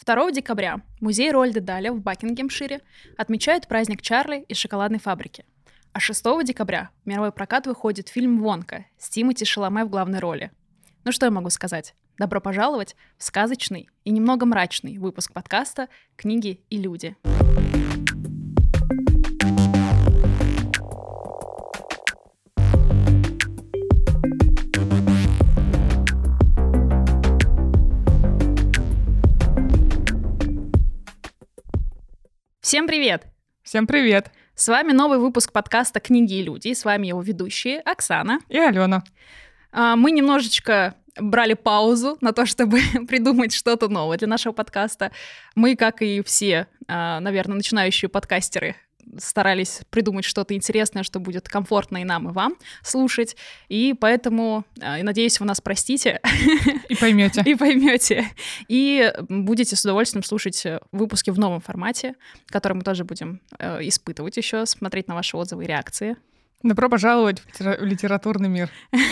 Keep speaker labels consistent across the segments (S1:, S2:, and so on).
S1: 2 декабря музей Роальда Даля в Бакингемшире отмечает праздник Чарли и шоколадной фабрики. А 6 декабря в мировой прокат выходит фильм «Вонка» с Тимоти Шаламе в главной роли. Ну что я могу сказать? Добро пожаловать в сказочный и немного мрачный выпуск подкаста «Книги и люди». Всем привет!
S2: Всем привет!
S1: С вами новый выпуск подкаста «Книги и люди». С вами его ведущие Оксана
S2: и Алена.
S1: Мы немножечко брали паузу на то, чтобы придумать что-то новое для нашего подкаста. Мы, как и все, наверное, начинающие подкастеры, старались придумать что-то интересное, что будет комфортно и нам, и вам слушать. И поэтому, надеюсь, вы нас простите.
S2: И поймете.
S1: И поймете. И будете с удовольствием слушать выпуски в новом формате, который мы тоже будем испытывать еще, смотреть на ваши отзывы и реакции.
S2: Добро пожаловать в литературный мир.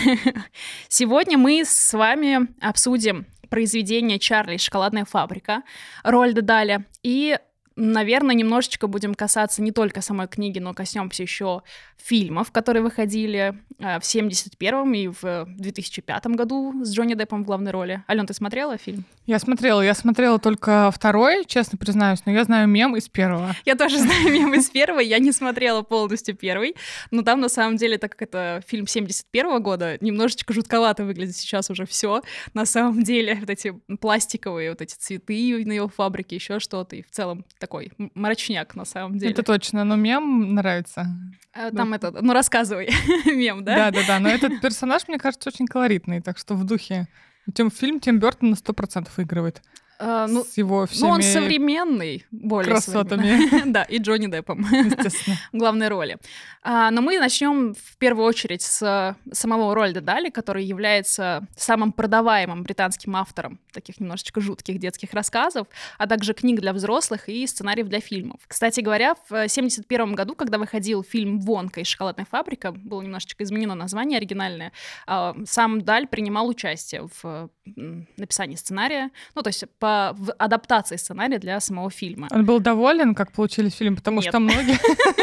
S1: Сегодня мы с вами обсудим произведение «Чарли и шоколадная фабрика» Роальда Даля и, наверное, немножечко будем касаться не только самой книги, но коснемся еще фильмов, которые выходили в 71-м и в 2005 году с Джонни Деппом в главной роли. Ален, ты смотрела фильм?
S2: Я смотрела только второй, честно признаюсь, но я знаю мем из первого.
S1: Я тоже знаю мем из первого, я не смотрела полностью первый, но там на самом деле, так как это фильм 71-го года, немножечко жутковато выглядит сейчас уже все. На самом деле вот эти пластиковые вот эти цветы на его фабрике, еще что-то, и в целом такой мрачняк на самом деле.
S2: Это точно, но мем нравится.
S1: Там рассказывай мем, да?
S2: Да, но этот персонаж, мне кажется, очень колоритный, так что в духе. Фильм Тим Бёртон на 100% выигрывает. С его всеми
S1: он современный, более
S2: красотами.
S1: Да, и Джонни Деппом
S2: Естественно.
S1: в главной роли. Но мы начнем в первую очередь с самого Роальда Даля, который является самым продаваемым британским автором таких немножечко жутких детских рассказов, а также книг для взрослых и сценариев для фильмов. Кстати говоря, в 1971 году, когда выходил фильм «Вонка» и шоколадная фабрика, было немножечко изменено название оригинальное, сам Даль принимал участие в написании сценария, то есть в адаптации сценария для самого фильма.
S2: Он был доволен, как получились фильм, потому что многие...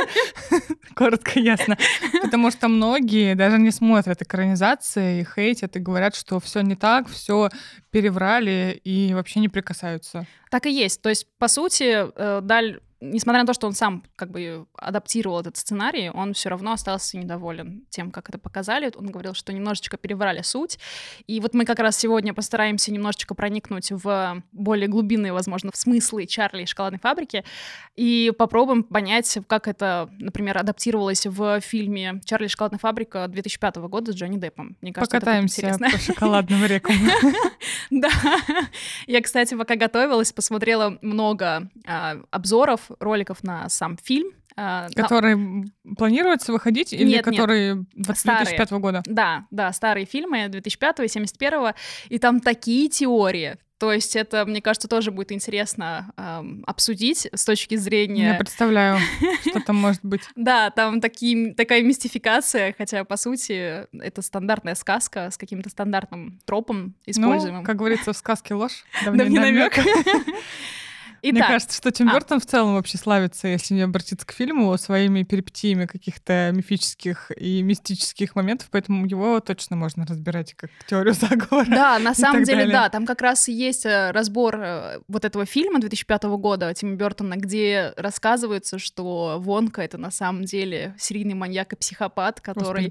S2: Коротко, ясно. Потому что многие даже не смотрят экранизации, и хейтят, и говорят, что все не так, все переврали и вообще не прикасаются.
S1: Так и есть. То есть, по сути, Даль, несмотря на то, что он сам как бы адаптировал этот сценарий, он все равно остался недоволен тем, как это показали. Он говорил, что немножечко переврали суть. И вот мы как раз сегодня постараемся немножечко проникнуть в более глубинные, возможно, смыслы Чарли и шоколадной фабрики и попробуем понять, как это, например, адаптировалось в фильме «Чарли и шоколадная фабрика» 2005 года с Джонни Деппом. Мне кажется,
S2: покатаемся
S1: это будет интересно.
S2: по шоколадным рекам.
S1: Да. Я, кстати, пока готовилась, посмотрела много обзоров, роликов на сам фильм.
S2: Которые планируется выходить или которые 2005 года?
S1: Да, старые фильмы 2005 и 71 и там такие теории. То есть это, мне кажется, тоже будет интересно обсудить с точки зрения...
S2: Я представляю, что там может быть.
S1: Да, там такая мистификация, хотя, по сути, это стандартная сказка с каким-то стандартным тропом используемым.
S2: Как говорится, в сказке ложь,
S1: давний намек.
S2: Мне кажется, что Тим Бёртон в целом вообще славится, если не обратиться к фильму, своими перипетиями каких-то мифических и мистических моментов, поэтому его точно можно разбирать как теорию заговора.
S1: Да, на самом деле, да, там как раз и есть разбор вот этого фильма 2005 года Тима Бёртона, где рассказывается, что Вонка — это на самом деле серийный маньяк и психопат, который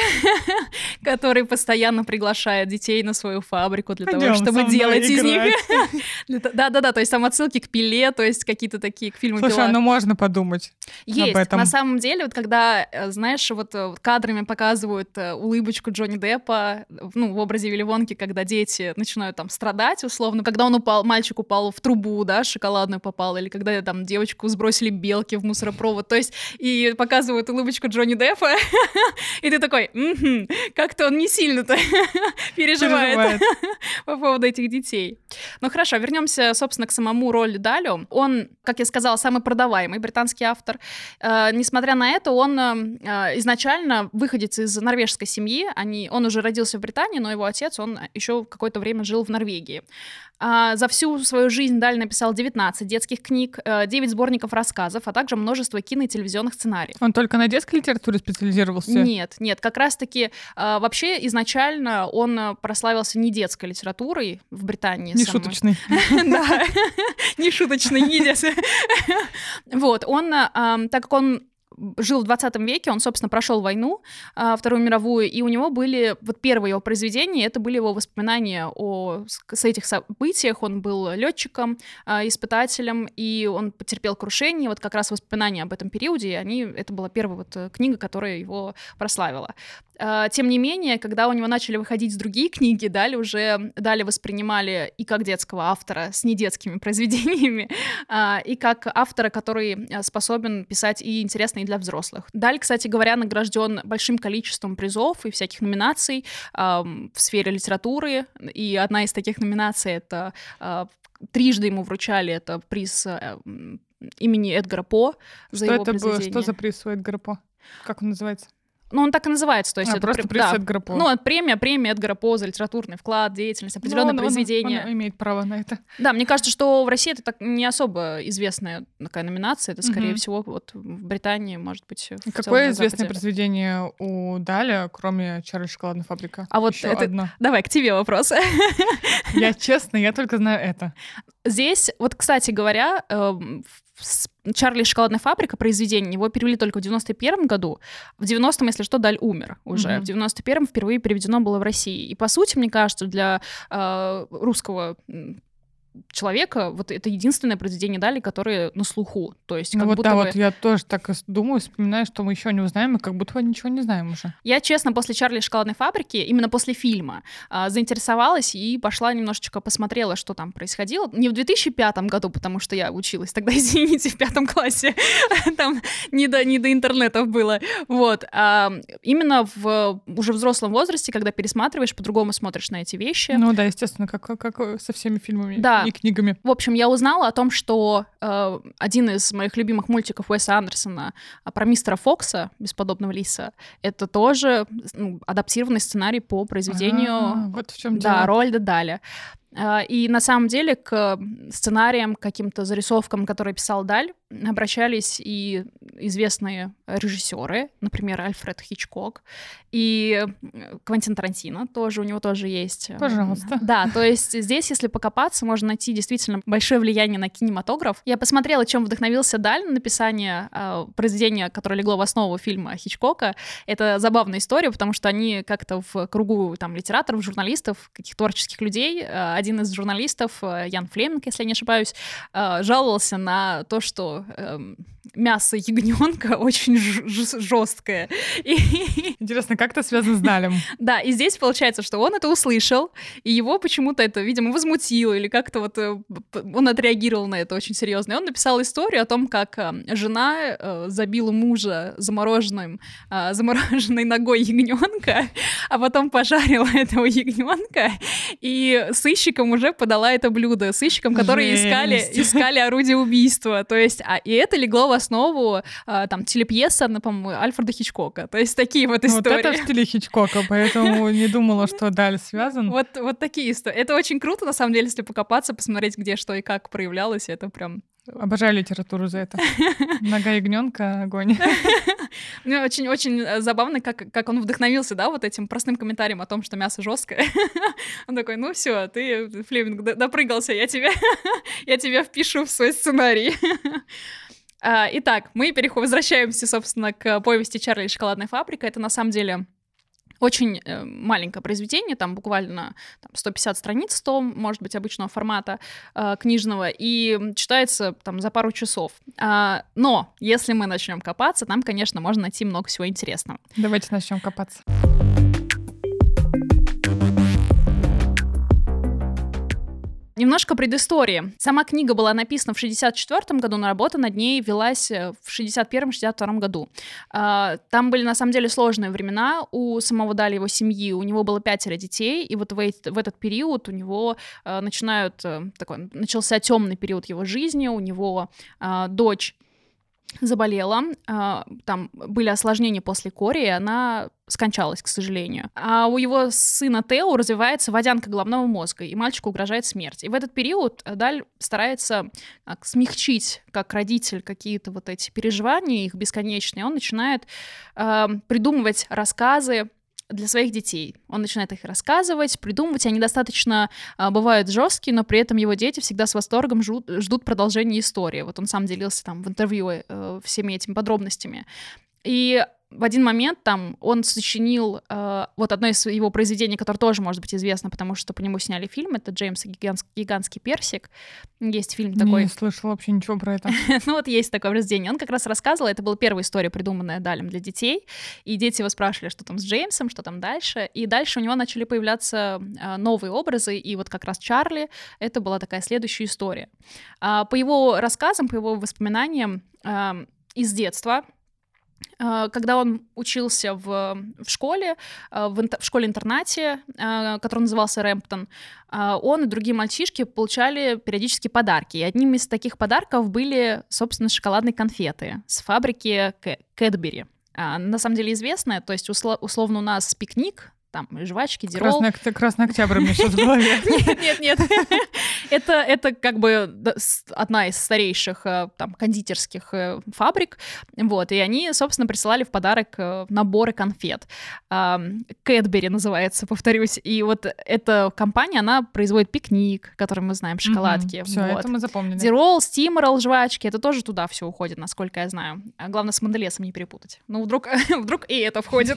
S1: постоянно приглашает детей на свою фабрику для того, чтобы делать из них... Да, то есть там отсылки к Пиле, то есть какие-то такие к фильму Пила.
S2: Слушай, можно подумать
S1: есть.
S2: об этом.
S1: На самом деле, вот когда, знаешь, вот кадрами показывают улыбочку Джонни Деппа, в образе Вилли Вонки, когда дети начинают там страдать, условно, когда мальчик упал в трубу, да, шоколадную попал, или когда там девочку сбросили белки в мусоропровод, то есть и показывают улыбочку Джонни Деппа, и ты такой, как-то он не сильно-то переживает по поводу этих детей. Ну хорошо, вернемся, собственно, к самому Роальду Далю. Он, как я сказала, самый продаваемый британский автор. Несмотря на это, он изначально выходец из норвежской семьи. Он уже родился в Британии, но его отец, он еще какое-то время жил в Норвегии. За всю свою жизнь Даль написал 19 детских книг, 9 сборников рассказов, а также множество кино- и телевизионных сценариев.
S2: Он только на детской литературе специализировался?
S1: Нет, как раз-таки вообще изначально он прославился не детской литературой в Британии.
S2: Не шуточной.
S1: Да, не шуточной, не детской. Вот, так как он жил в 20 веке, он, собственно, прошел войну, Вторую мировую, и у него были, вот первые его произведения, это были его воспоминания с этих событиях. Он был летчиком, испытателем, и он потерпел крушение, вот как раз воспоминания об этом периоде, это была первая вот книга, которая его прославила. Тем не менее, когда у него начали выходить другие книги, Даль воспринимали и как детского автора с недетскими произведениями, и как автора, который способен писать и интересно и для взрослых. Даль, кстати говоря, награжден большим количеством призов и всяких номинаций в сфере литературы, и одна из таких номинаций — это трижды ему вручали это приз имени Эдгара По за его произведение.
S2: Что за приз у Эдгара По? Как он называется?
S1: Ну, он так и называется, то есть это
S2: просто приз Эдгара По.
S1: Ну, это премия Эдгара По за литературный вклад, деятельность, определенное произведение.
S2: Он имеет право на это.
S1: Да, мне кажется, что в России это так не особо известная такая номинация, это, скорее всего, вот в Британии, может быть, в
S2: Какое известное произведение у Даля, кроме «Чарли и шоколадная фабрика»?
S1: А вот
S2: еще
S1: это...
S2: одно.
S1: Давай, к тебе вопрос.
S2: Я только знаю это.
S1: Здесь, вот, кстати говоря, «Чарли и шоколадная фабрика» произведение, его перевели только в 91 году. В 90-м, если что, Даль умер уже. В 91-м впервые переведено было в России. И, по сути, мне кажется, для русского человека вот это единственное произведение Дали, которое на слуху. То есть, как будто бы...
S2: вот я тоже так думаю, вспоминаю, что мы еще не узнаем, и как будто бы ничего не знаем уже.
S1: Я, честно, после «Чарли и шоколадной фабрики», именно после фильма, заинтересовалась и пошла немножечко посмотрела, что там происходило. Не в 2005 году, потому что я училась тогда, извините, в 5 классе. Там не до интернетов было. Вот. Именно в уже взрослом возрасте, когда пересматриваешь, по-другому смотришь на эти вещи.
S2: Ну да, естественно, как со всеми фильмами.
S1: Да.
S2: И книгами.
S1: В общем, я узнала о том, что один из моих любимых мультиков Уэса Андерсона про мистера Фокса, бесподобного лиса, это тоже адаптированный сценарий по произведению
S2: вот в чем дело.
S1: Да, Роальда Даля. И на самом деле к сценариям, к каким-то зарисовкам, которые писал Даль, обращались и известные режиссеры, например, Альфред Хичкок, и Квентин Тарантино тоже, у него тоже есть.
S2: Пожалуйста.
S1: Да, то есть здесь, если покопаться, можно найти действительно большое влияние на кинематограф. Я посмотрела, чем вдохновился Даль на написание произведения, которое легло в основу фильма Хичкока. Это забавная история, потому что они как-то в кругу там литераторов, журналистов, каких-то творческих людей, один из журналистов, Ян Флеминг, если я не ошибаюсь, жаловался на то, что мясо ягненка очень жесткое.
S2: Интересно, как это связано с Далем?
S1: Да, и здесь получается, что он это услышал, и его почему-то это, видимо, возмутило, или как-то вот он отреагировал на это очень серьезно. И он написал историю о том, как жена забила мужа замороженной ногой ягненка, а потом пожарила этого ягненка, и сыщикам уже подала это блюдо. Сыщикам, которые искали орудие убийства. То есть, и это легло в основу там телепьеса, по-моему, Альфреда Хичкока. То есть такие вот истории.
S2: Вот это в стиле Хичкока, поэтому не думала, что Даль связан.
S1: Вот такие истории. Это очень круто, на самом деле, если покопаться, посмотреть, где что и как проявлялось. Это прям...
S2: Обожаю литературу за это. Нога ягненка, огонь.
S1: Мне очень забавно, как он вдохновился, да, вот этим простым комментарием о том, что мясо жесткое. Он такой: ну все, ты, Флеминг, допрыгался, я тебя впишу в свой сценарий. Итак, мы возвращаемся, собственно, к повести «Чарли и шоколадная фабрика». Это, на самом деле, очень маленькое произведение, там буквально 150 страниц, 100, может быть, обычного формата книжного, и читается там за пару часов. Но если мы начнем копаться, там, конечно, можно найти много всего интересного.
S2: Давайте начнем копаться.
S1: Немножко предыстории. Сама книга была написана в 1964 году, но работа над ней велась в 1961-1962 году. Там были, на самом деле, сложные времена у самого Даля, его семьи. У него было 5 детей, и вот в этот период у него начался темный период его жизни. У него дочь заболела, там были осложнения после кори, и она скончалась, к сожалению. А у его сына Тео развивается водянка головного мозга, и мальчику угрожает смерть. И в этот период Даль старается смягчить, как родитель, какие-то вот эти переживания, их бесконечные. Он начинает придумывать рассказы для своих детей. Он начинает их рассказывать, придумывать. Они достаточно бывают жесткие, но при этом его дети всегда с восторгом ждут продолжения истории. Вот он сам делился там в интервью всеми этими подробностями. И в один момент там он сочинил вот одно из его произведений, которое тоже может быть известно, потому что по нему сняли фильм, это Джеймс и гигантский персик. Есть фильм такой.
S2: Не слышала вообще ничего про это.
S1: Ну вот есть такое произведение. Он как раз рассказывал, это была первая история, придуманная Далем для детей, и дети его спрашивали, что там с Джеймсом, что там дальше, и дальше у него начали появляться новые образы, и вот как раз Чарли, это была такая следующая история. По его рассказам, по его воспоминаниям из детства, когда он учился в школе, в школе-интернате, который назывался Рэмптон, он и другие мальчишки получали периодически подарки. И одним из таких подарков были, собственно, шоколадные конфеты с фабрики Кэтбери. На самом деле известная, то есть условно у нас пикник, там жвачки, дирол.
S2: Красный октябрь мне сейчас в голове.
S1: Нет. Это как бы одна из старейших там кондитерских фабрик, вот, и они, собственно, присылали в подарок наборы конфет. Кэтбери называется, повторюсь, и вот эта компания, она производит пикник, который мы знаем, шоколадки.
S2: Все, это мы запомнили.
S1: Дирол, стиморол, жвачки, это тоже туда все уходит, насколько я знаю. Главное, с Монделесом не перепутать. Ну, вдруг и это входит.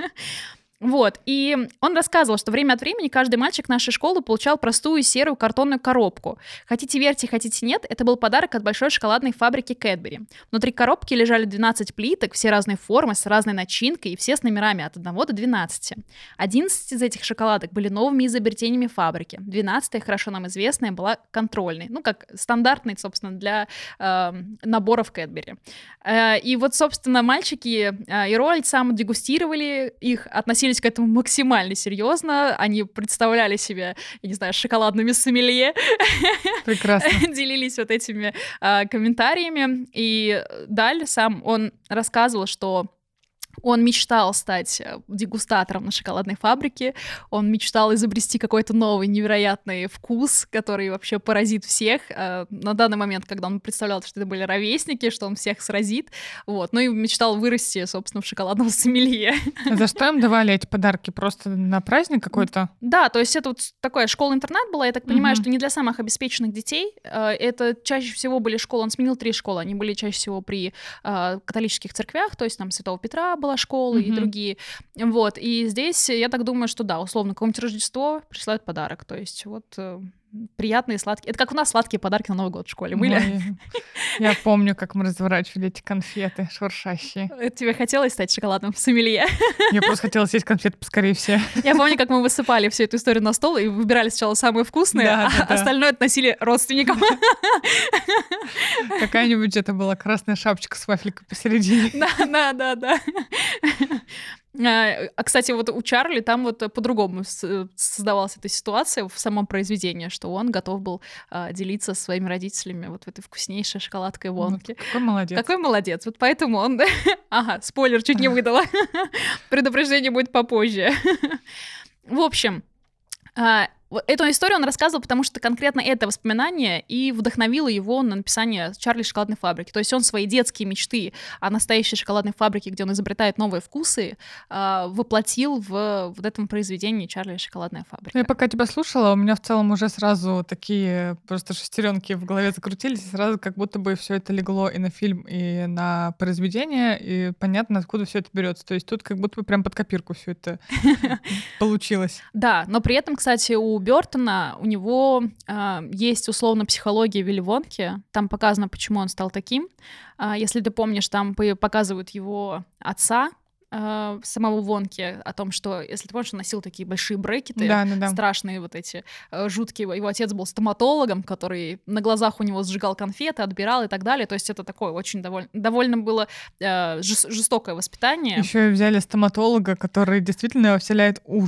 S1: Вот, и он рассказывал, что время от времени каждый мальчик нашей школы получал простую серую картонную коробку. Хотите верьте, хотите нет, это был подарок от большой шоколадной фабрики Кэтбери. Внутри коробки лежали 12 плиток, все разной формы, с разной начинкой, и все с номерами от 1 до 12. 11 из этих шоколадок были новыми изобретениями фабрики. 12-я, хорошо нам известная, была контрольной. Ну, как стандартный, собственно, для наборов Кэтбери. И вот, собственно, мальчики и Роальд сам дегустировали их, относились к этому максимально серьезно. Они представляли себя, я не знаю, шоколадными сомелье.
S2: Прекрасно.
S1: Делились вот этими комментариями. И Даль сам, он рассказывал, что он мечтал стать дегустатором на шоколадной фабрике, он мечтал изобрести какой-то новый невероятный вкус, который вообще поразит всех. На данный момент, когда он представлял, что это были ровесники, что он всех сразит, вот. Ну и мечтал вырасти, собственно, в шоколадном сомелье.
S2: За что им давали эти подарки? Просто на праздник какой-то?
S1: Да, то есть это вот такая школа-интернат была, я так понимаю, что не для самых обеспеченных детей. Это чаще всего были школы, он сменил 3 школы, они были чаще всего при католических церквях, то есть там Святого Петра была школа и другие. Вот. И здесь, я так думаю, что да, условно, какое-нибудь Рождество присылают подарок. То есть вот приятные, сладкие. Это как у нас сладкие подарки на Новый год в школе были.
S2: Я помню, как мы разворачивали эти конфеты шуршащие.
S1: Тебе хотелось стать шоколадным сомелье?
S2: Я просто хотела съесть конфеты поскорее все.
S1: Я помню, как мы высыпали всю эту историю на стол и выбирали сначала самые вкусные, а остальное относили родственникам.
S2: Какая-нибудь это была красная шапочка с вафелькой посередине.
S1: Да. А, кстати, вот у Чарли там вот по-другому создавалась эта ситуация в самом произведении, что он готов был делиться со своими родителями вот в этой вкуснейшей шоколадкой Вонки.
S2: Какой молодец.
S1: Какой молодец. Вот поэтому он... Ага, спойлер, чуть не выдала. Предупреждение будет попозже. В общем... Эту историю он рассказывал, потому что конкретно это воспоминание и вдохновило его на написание «Чарли и шоколадной фабрики». То есть он свои детские мечты о настоящей шоколадной фабрике, где он изобретает новые вкусы, воплотил в вот этом произведении «Чарли и шоколадная фабрика».
S2: Я пока тебя слушала, у меня в целом уже сразу такие просто шестеренки в голове закрутились, и сразу как будто бы все это легло и на фильм, и на произведение, и понятно, откуда все это берется. То есть тут как будто бы прям под копирку все это получилось.
S1: Да, но при этом, кстати, у Бёртона, у него есть условно психология Вилли Вонки. Там показано, почему он стал таким. Если ты помнишь, там показывают его отца, самого Вонки, о том, что, если ты помнишь, он носил такие большие брекеты, страшные вот эти, жуткие. Его отец был стоматологом, который на глазах у него сжигал конфеты, отбирал и так далее. То есть это такое очень довольно было жестокое воспитание.
S2: Еще и взяли стоматолога, который действительно вселяет ужас.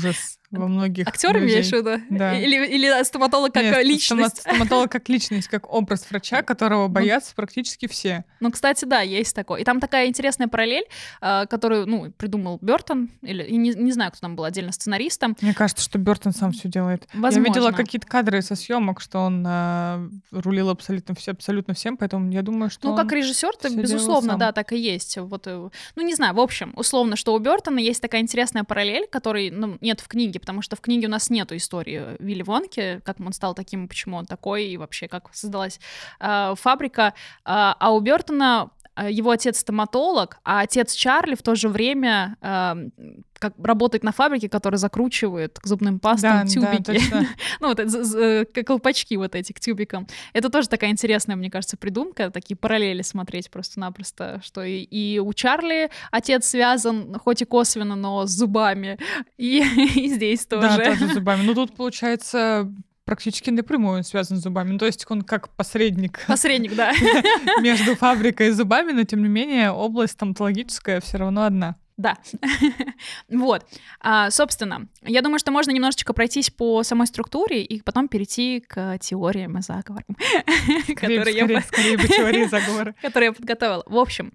S2: во многих
S1: Актер
S2: людей.
S1: имеешь в виду?
S2: Да.
S1: Или стоматолог как личность?
S2: Стоматолог как личность, как образ врача, которого боятся практически все.
S1: Ну, кстати, да, есть такое. И там такая интересная параллель, которую, придумал Бёртон, или не знаю, кто там был отдельно сценаристом.
S2: Мне кажется, что Бёртон сам все делает.
S1: Возможно.
S2: Я видела какие-то кадры со съемок, что он рулил абсолютно всем, поэтому я думаю, что
S1: как режиссер-то, безусловно, да, так и есть. Вот, не знаю, в общем, условно, что у Бёртона есть такая интересная параллель, которой нет в книге, потому что в книге у нас нету истории Вилли Вонки, как он стал таким, почему он такой, и вообще, как создалась фабрика. А у Бёртона его отец стоматолог, а отец Чарли в то же время как работает на фабрике, которая закручивает к зубным пастам тюбики. Да, колпачки вот эти к тюбикам. Это тоже такая интересная, мне кажется, придумка, такие параллели смотреть просто-напросто, что и у Чарли отец связан, хоть и косвенно, но с зубами, и здесь тоже.
S2: Да, тоже с зубами. Ну тут, получается, практически напрямую он связан с зубами. То есть он как посредник.
S1: Посредник, да.
S2: Между фабрикой и зубами, но тем не менее область стоматологическая все равно одна.
S1: Да. Вот. Собственно, я думаю, что можно немножечко пройтись по самой структуре и потом перейти к теориям и заговорам.
S2: Скорее бы теории заговора.
S1: Которые я подготовила. В общем,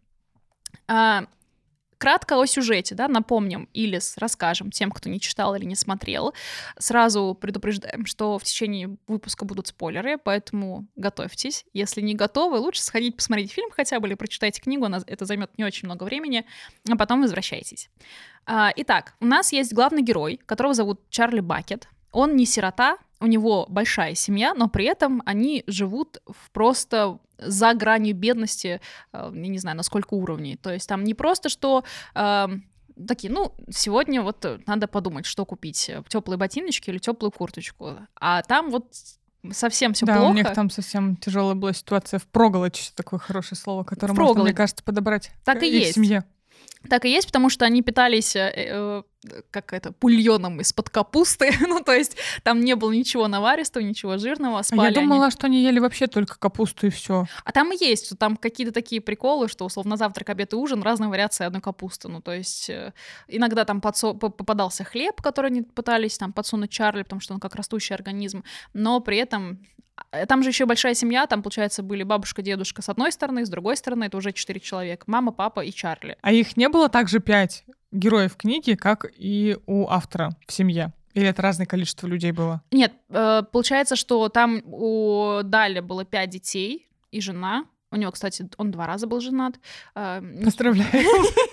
S1: кратко о сюжете, да, напомним или расскажем тем, кто не читал или не смотрел. Сразу предупреждаем, что в течение выпуска будут спойлеры, поэтому готовьтесь. Если не готовы, лучше сходить посмотреть фильм хотя бы или прочитайте книгу, это займет не очень много времени, а потом возвращайтесь. Итак, у нас есть главный герой, которого зовут Чарли Бакет. Он не сирота, у него большая семья, но при этом они живут просто за гранью бедности, я не знаю, на сколько уровней. То есть там не просто, что такие, сегодня вот надо подумать, что купить, теплые ботиночки или теплую курточку. А там вот совсем все плохо.
S2: Да, у них там совсем тяжелая была ситуация. Впроголодь, такое хорошее слово, которое можно, мне кажется, подобрать
S1: так и
S2: их
S1: есть.
S2: Семье.
S1: Так и есть, потому что они питались бульоном из-под капусты. То есть там не было ничего наваристого, ничего жирного.
S2: Я думала, что они ели вообще только капусту и все.
S1: А там и есть, там какие-то такие приколы, что, условно, завтрак, обед и ужин, разные вариации одной капусты. То есть иногда там попадался хлеб, который они пытались там подсунуть Чарли, потому что он как растущий организм, но при этом там же еще большая семья, там, получается, были бабушка, дедушка с одной стороны, с другой стороны это уже 4 человека. Мама, папа и Чарли.
S2: А их не было также 5 героев книги, как и у автора в семье? Или это разное количество людей было?
S1: Нет, получается, что там у Даля было 5 детей и жена. У него, кстати, он 2 раза был женат.
S2: Поздравляю.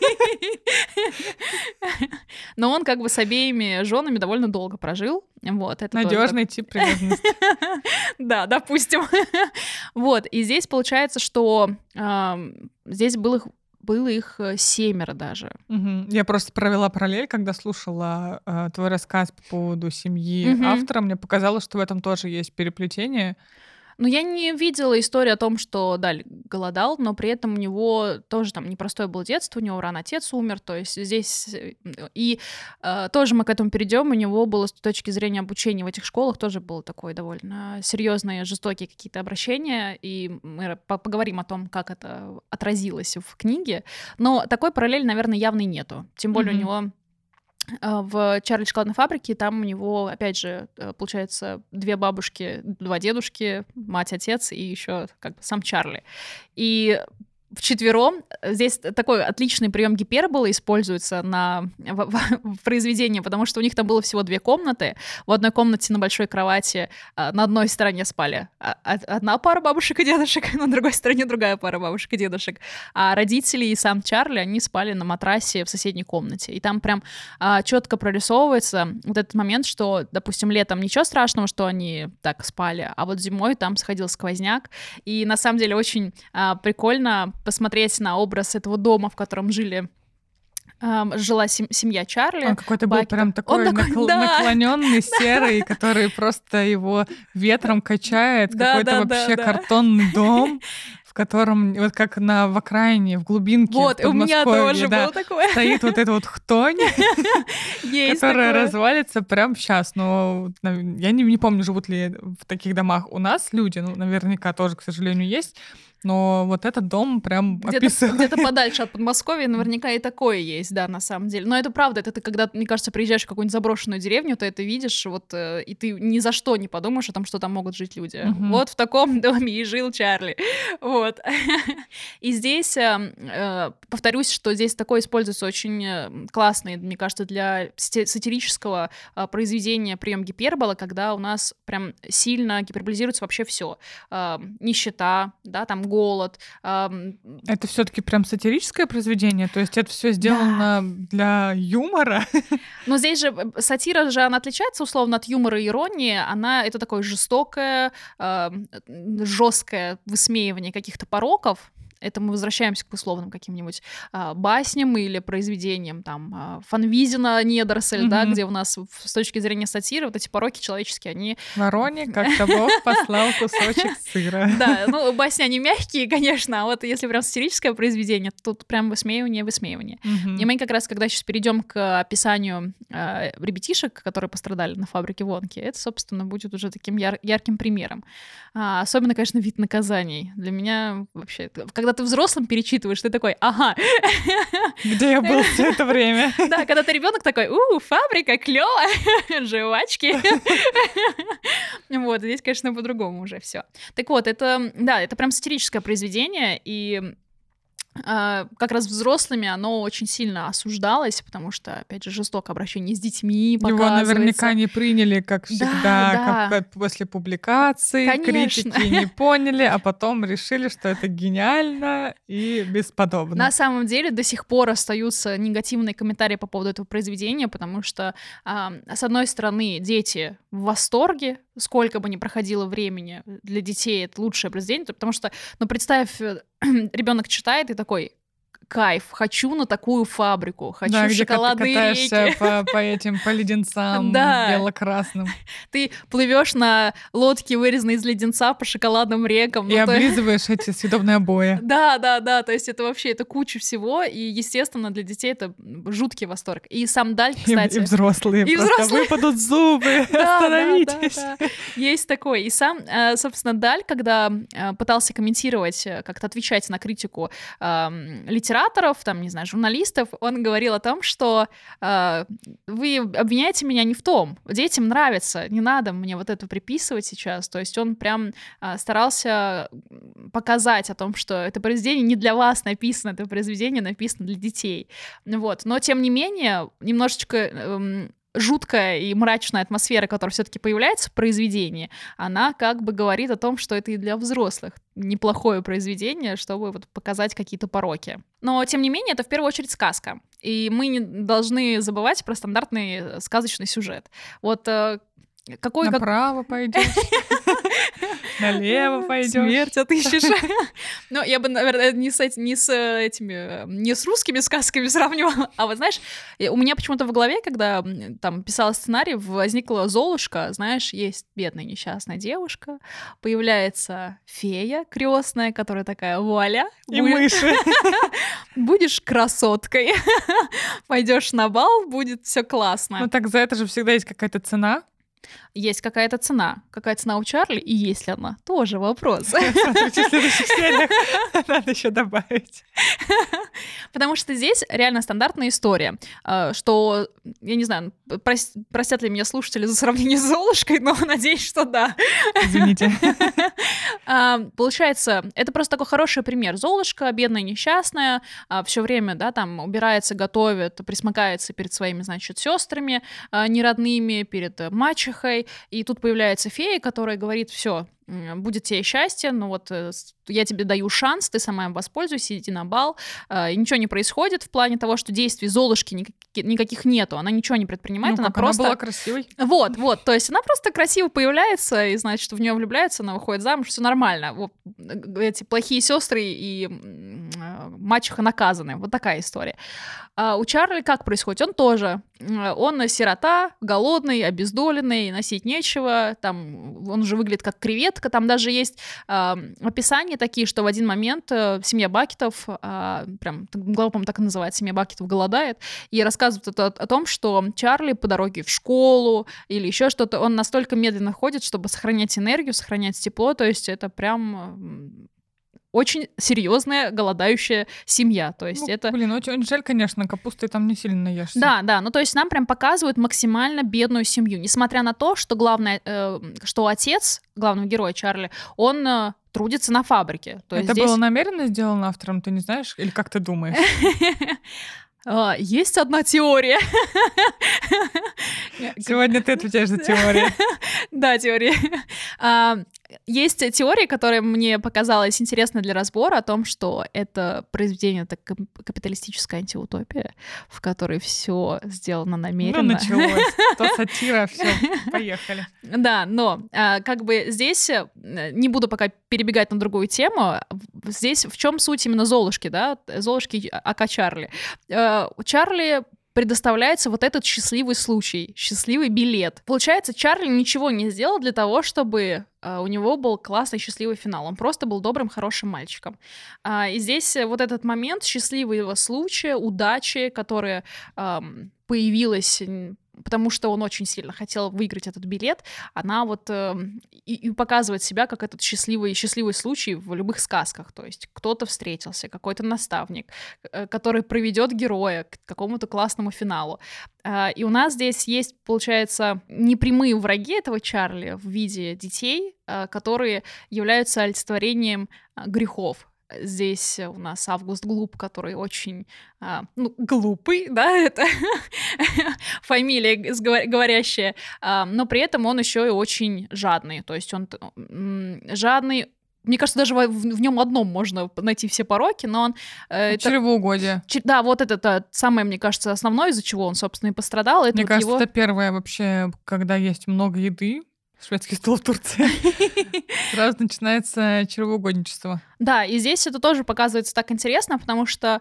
S1: Но он как бы с обеими женами довольно долго прожил. Вот, это
S2: надежный тип привязанности.
S1: Да, допустим. Вот, и здесь получается, что здесь было их 7 даже.
S2: Я просто провела параллель, когда слушала твой рассказ по поводу семьи автора. Мне показалось, что в этом тоже есть переплетение.
S1: Но я не видела историю о том, что Даль голодал, но при этом у него тоже там непростое было детство, у него рано отец умер, то есть здесь... И тоже мы к этому перейдем, у него было с точки зрения обучения в этих школах тоже было такое довольно серьезные, жестокие какие-то обращения, и мы поговорим о том, как это отразилось в книге, но такой параллели, наверное, явной нету, тем более у него... В «Чарли шоколадной фабрике» там у него, опять же, получается, 2 бабушки, 2 дедушки, мать, отец и еще как бы сам Чарли. И вчетвером здесь такой отличный прием гиперболы используется в произведении, потому что у них там было всего 2 комнаты. В одной комнате на большой кровати на одной стороне спали одна пара бабушек и дедушек, на другой стороне другая пара бабушек и дедушек. А родители и сам Чарли, они спали на матрасе в соседней комнате. И там прям четко прорисовывается вот этот момент, что, допустим, летом ничего страшного, что они так спали, а вот зимой там сходил сквозняк. И на самом деле очень прикольно посмотреть на образ этого дома, в котором жила семья Чарли.
S2: Он какой-то был прям такой наклоненный, серый, который просто его ветром качает. Какой-то вообще картонный дом, в котором, вот как в окраине, в глубинке,
S1: вот, у меня тоже было такое.
S2: Стоит вот эта вот хтонь, которая развалится прямо сейчас. Но я не помню, живут ли в таких домах у нас люди, наверняка тоже, к сожалению, есть. но вот этот дом прям
S1: где-то подальше от Подмосковья наверняка и такое есть, да, на самом деле. Но это правда, это ты когда, мне кажется, приезжаешь в какую-нибудь заброшенную деревню, ты это видишь, вот, и ты ни за что не подумаешь о том, что там могут жить люди. Вот в таком доме и жил Чарли. Вот. И здесь, повторюсь, что здесь такое используется очень классный, мне кажется, для сатирического произведения прием гипербола, когда у нас прям сильно гиперболизируется вообще все. Нищета, да, там голод.
S2: Это все-таки прям сатирическое произведение? То есть это все сделано для юмора?
S1: Но здесь же сатира же, она отличается условно от юмора и иронии. Она это такое жестокое, жесткое высмеивание каких-то пороков. Это мы возвращаемся к условным каким-нибудь басням или произведениям, там, Фанвизина «Недоросль», да, где у нас с точки зрения сатиры вот эти пороки человеческие, они...
S2: Вороне как-то Бог послал кусочек сыра.
S1: Да, ну, басни, они мягкие, конечно, а вот если прям сатирическое произведение, то тут прям высмеивание. И мы как раз, когда сейчас перейдем к описанию ребятишек, которые пострадали на фабрике Вонки, это, собственно, будет уже таким ярким примером. Особенно, конечно, вид наказаний. Для меня вообще... Когда ты взрослым перечитываешь, ты такой, ага.
S2: Где я был все это время?
S1: Да, когда ты ребенок такой, фабрика, клево, жвачки. Вот, здесь, конечно, по-другому уже все. Так вот, это прям сатирическое произведение, и как раз взрослыми оно очень сильно осуждалось, потому что, опять же, жестокое обращение с детьми показывается.
S2: Его наверняка не приняли, как всегда, как после публикации.
S1: Конечно.
S2: Критики не поняли, а потом решили, что это гениально и бесподобно.
S1: На самом деле до сих пор остаются негативные комментарии по поводу этого произведения, потому что, с одной стороны, дети в восторге, сколько бы ни проходило времени, для детей это лучшее произведение, потому что, представь, ребенок читает и такой: кайф, хочу на такую фабрику, хочу шоколадные реки.
S2: Да, где ты катаешься по леденцам бело-красным.
S1: Ты плывешь на лодке, вырезанной из леденца, по шоколадным рекам.
S2: И облизываешь эти съедобные обои.
S1: Да, то есть это вообще, это куча всего, и, естественно, для детей это жуткий восторг. И сам Даль, кстати...
S2: И взрослые просто выпадут зубы, остановитесь.
S1: Да. Есть такой. И сам, собственно, Даль, когда пытался комментировать, как-то отвечать на критику литераторов, там, не знаю, журналистов, он говорил о том, что вы обвиняете меня не в том, детям нравится, не надо мне вот это приписывать сейчас, то есть он прям старался показать о том, что это произведение не для вас написано, это произведение написано для детей, вот, но тем не менее, немножечко... жуткая и мрачная атмосфера, которая все-таки появляется в произведении, она как бы говорит о том, что это и для взрослых неплохое произведение, чтобы вот показать какие-то пороки. Но, тем не менее, это в первую очередь сказка. И мы не должны забывать про стандартный сказочный сюжет. Вот
S2: направо пойдешь, налево пойдешь.
S1: Смерть отыщешь. Ну, я бы, наверное, не с русскими сказками сравнивала. А вот, знаешь, у меня почему-то в голове, когда там писала сценарий, возникла Золушка, знаешь, есть бедная несчастная девушка, появляется фея крестная, которая такая: вуаля.
S2: И мыши.
S1: Будешь красоткой. Пойдешь на бал, будет все классно.
S2: Ну так за это же всегда есть какая-то цена.
S1: Есть какая-то цена. Какая цена у Чарли, и есть ли она? Тоже вопрос.
S2: Смотрите, в следующих сериях надо еще добавить.
S1: Потому что здесь реально стандартная история, что, я не знаю, простят ли меня слушатели за сравнение с Золушкой, но надеюсь, что да.
S2: Извините.
S1: Получается, это просто такой хороший пример. Золушка, бедная, несчастная, все время, да, там убирается, готовит, присмыкается перед своими, значит, сестрами неродными, перед мачехой, и тут появляется фея, которая говорит: все, будет тебе счастье, но вот я тебе даю шанс, ты сама им воспользуйся, иди на бал. И ничего не происходит в плане того, что действий Золушки никаких нету, она ничего не предпринимает, она просто...
S2: Она была красивой.
S1: Вот, то есть она просто красиво появляется, и, значит, в нее влюбляется, она выходит замуж, все нормально. Вот, эти плохие сестры и мачеха наказаны, вот такая история. А у Чарли как происходит? Он сирота, голодный, обездоленный, носить нечего, там он уже выглядит как креветка, там даже есть описания такие, что в один момент семья Бакетов, прям глава, по-моему, так и называется, семья Бакетов голодает, и рассказывают о том, что Чарли по дороге в школу или еще что-то, он настолько медленно ходит, чтобы сохранять энергию, сохранять тепло, то есть это прям очень серьезная голодающая семья. То есть это...
S2: Блин, очень жаль, конечно, капусты там не сильно наешься.
S1: Да, ну то есть нам прям показывают максимально бедную семью, несмотря на то, что главное, что отец главного героя Чарли, он трудится на фабрике. То
S2: это
S1: есть
S2: было намеренно сделано автором, ты не знаешь? Или как ты думаешь?
S1: Есть одна теория.
S2: Сегодня ты отвечаешь за теорию.
S1: Да, теория. Есть теория, которая мне показалась интересной для разбора, о том, что это произведение, это капиталистическая антиутопия, в которой все сделано намеренно.
S2: Ну, началось. То сатира, все, поехали.
S1: Да, но как бы здесь, не буду пока перебегать на другую тему, здесь в чем суть именно Золушки, да, Золушки ака Чарли. Чарли предоставляется вот этот счастливый случай, счастливый билет. Получается, Чарли ничего не сделал для того, чтобы у него был классный счастливый финал. Он просто был добрым, хорошим мальчиком. И здесь вот этот момент счастливого случая, удачи, которая появилась, потому что он очень сильно хотел выиграть этот билет, она вот и показывает себя как этот счастливый случай в любых сказках. То есть кто-то встретился, какой-то наставник, который проведет героя к какому-то классному финалу. И у нас здесь есть, получается, непрямые враги этого Чарли в виде детей, которые являются олицетворением грехов. Здесь у нас Август Глуп, который очень, глупый, да, это фамилия говорящая, но при этом он еще и очень жадный, то есть он жадный. Мне кажется, даже в нем одном можно найти все пороки, но он...
S2: Чревоугодие.
S1: Да, вот это самое, мне кажется, основное, из-за чего он, собственно, и пострадал.
S2: Мне кажется, это первое вообще, когда есть много еды, шведский стол в Турции. Сразу начинается чревоугодничество.
S1: Да, и здесь это тоже показывается так интересно, потому что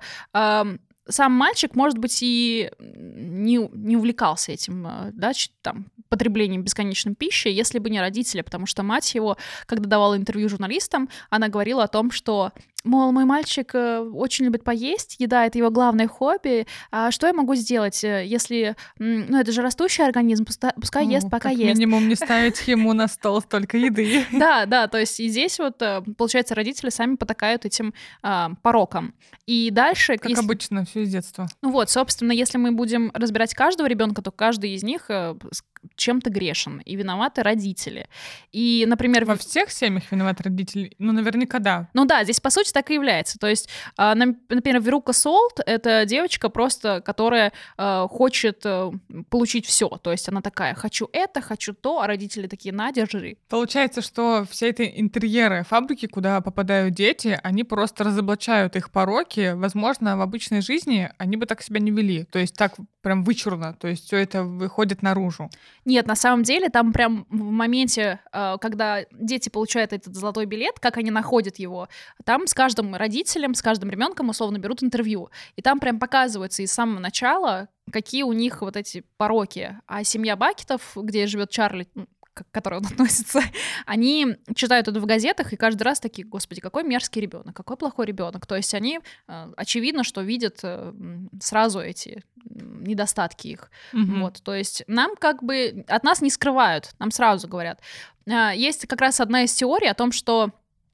S1: сам мальчик, может быть, и не увлекался этим, да, там, потреблением бесконечной пищи, если бы не родители, потому что мать его, когда давала интервью журналистам, она говорила о том, что, мол, мой мальчик очень любит поесть, еда — это его главное хобби, а что я могу сделать, если, это же растущий организм, пускай ест, пока ест.
S2: Как минимум не ставить ему на стол столько еды.
S1: Да, то есть и здесь вот, получается, родители сами потакают этим порокам. И дальше...
S2: Как обычно, все с детства.
S1: Ну вот, собственно, если мы будем разбирать каждого ребенка, то каждый из них чем-то грешен, и виноваты родители. И, например...
S2: Во всех семьях виноваты родители? Ну, наверняка, да.
S1: Ну да, здесь, по сути, так и является. То есть, например, Верука Солт — это девочка просто, которая хочет получить все. То есть она такая: хочу это, хочу то, а родители такие: на, держи.
S2: Получается, что все эти интерьеры фабрики, куда попадают дети, они просто разоблачают их пороки. Возможно, в обычной жизни они бы так себя не вели. То есть так прям вычурно. То есть все это выходит наружу.
S1: Нет, на самом деле, там прям в моменте, когда дети получают этот золотой билет, как они находят его, там с каждым родителем, с каждым ребенком условно берут интервью. И там прям показывается из самого начала, какие у них вот эти пороки. А семья Бакетов, где живет Чарли, к которой он относится, они читают это в газетах и каждый раз такие: господи, какой мерзкий ребенок, какой плохой ребенок. То есть они, очевидно, что видят сразу эти недостатки их. Вот, то есть нам как бы от нас не скрывают, нам сразу говорят. Есть как раз одна из теорий о том, что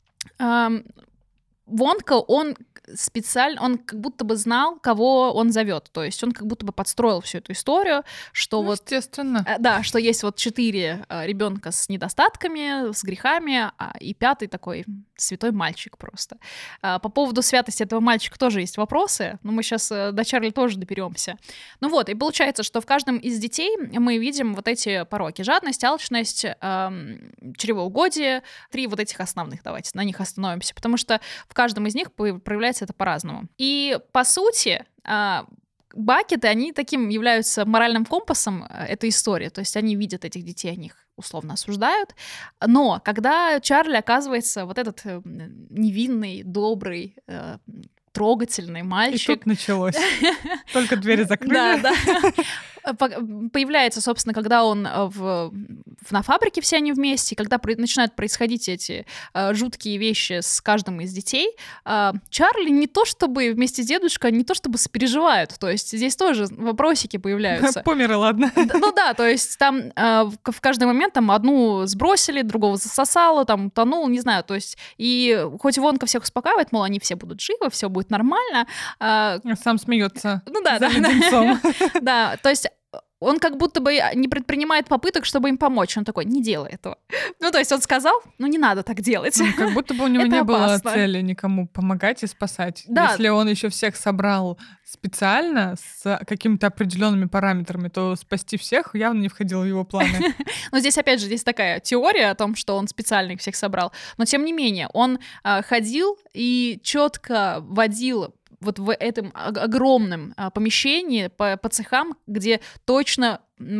S1: Вонка, он как будто бы знал, кого он зовет. То есть он как будто бы подстроил всю эту историю, что
S2: естественно.
S1: Да, что есть вот 4 ребенка с недостатками, с грехами, и 5-й такой святой мальчик просто. По поводу святости этого мальчика тоже есть вопросы, но мы сейчас до Чарли тоже доберемся. Ну вот, и получается, что в каждом из детей мы видим вот эти пороки: жадность, алчность, чревоугодие. 3 вот этих основных, давайте на них остановимся, потому что в каждом из них проявляется это по-разному. И, по сути, Бакеты, они таким являются моральным компасом этой истории. То есть они видят этих детей, они их условно осуждают. Но когда Чарли оказывается вот этот невинный, добрый, трогательный мальчик...
S2: И тут началось. Только двери закрыли.
S1: Да. Появляется, собственно, когда он в на фабрике все они вместе, и когда начинают происходить эти жуткие вещи с каждым из детей, Чарли не то чтобы вместе с дедушкой, не то чтобы сопереживают, то есть здесь тоже вопросики появляются.
S2: Померла, ладно.
S1: Ну да, то есть там в каждый момент там одну сбросили, другого засосало, там утонул, не знаю, то есть и хоть Вонка всех успокаивает, мол, они все будут живы, все будет нормально.
S2: Сам смеется.
S1: Ну да,
S2: да.
S1: Да, то есть он как будто бы не предпринимает попыток, чтобы им помочь. Он такой, не делай этого. Ну, то есть он сказал, ну, не надо так делать.
S2: Ну, как будто бы у него не было цели никому помогать и спасать. Да. Если он еще всех собрал специально с какими-то определенными параметрами, то спасти всех явно не входило в его планы.
S1: Но здесь, опять же, здесь такая теория о том, что он специально их всех собрал. Но, тем не менее, он ходил и четко водил вот в этом огромном помещении по цехам, где точно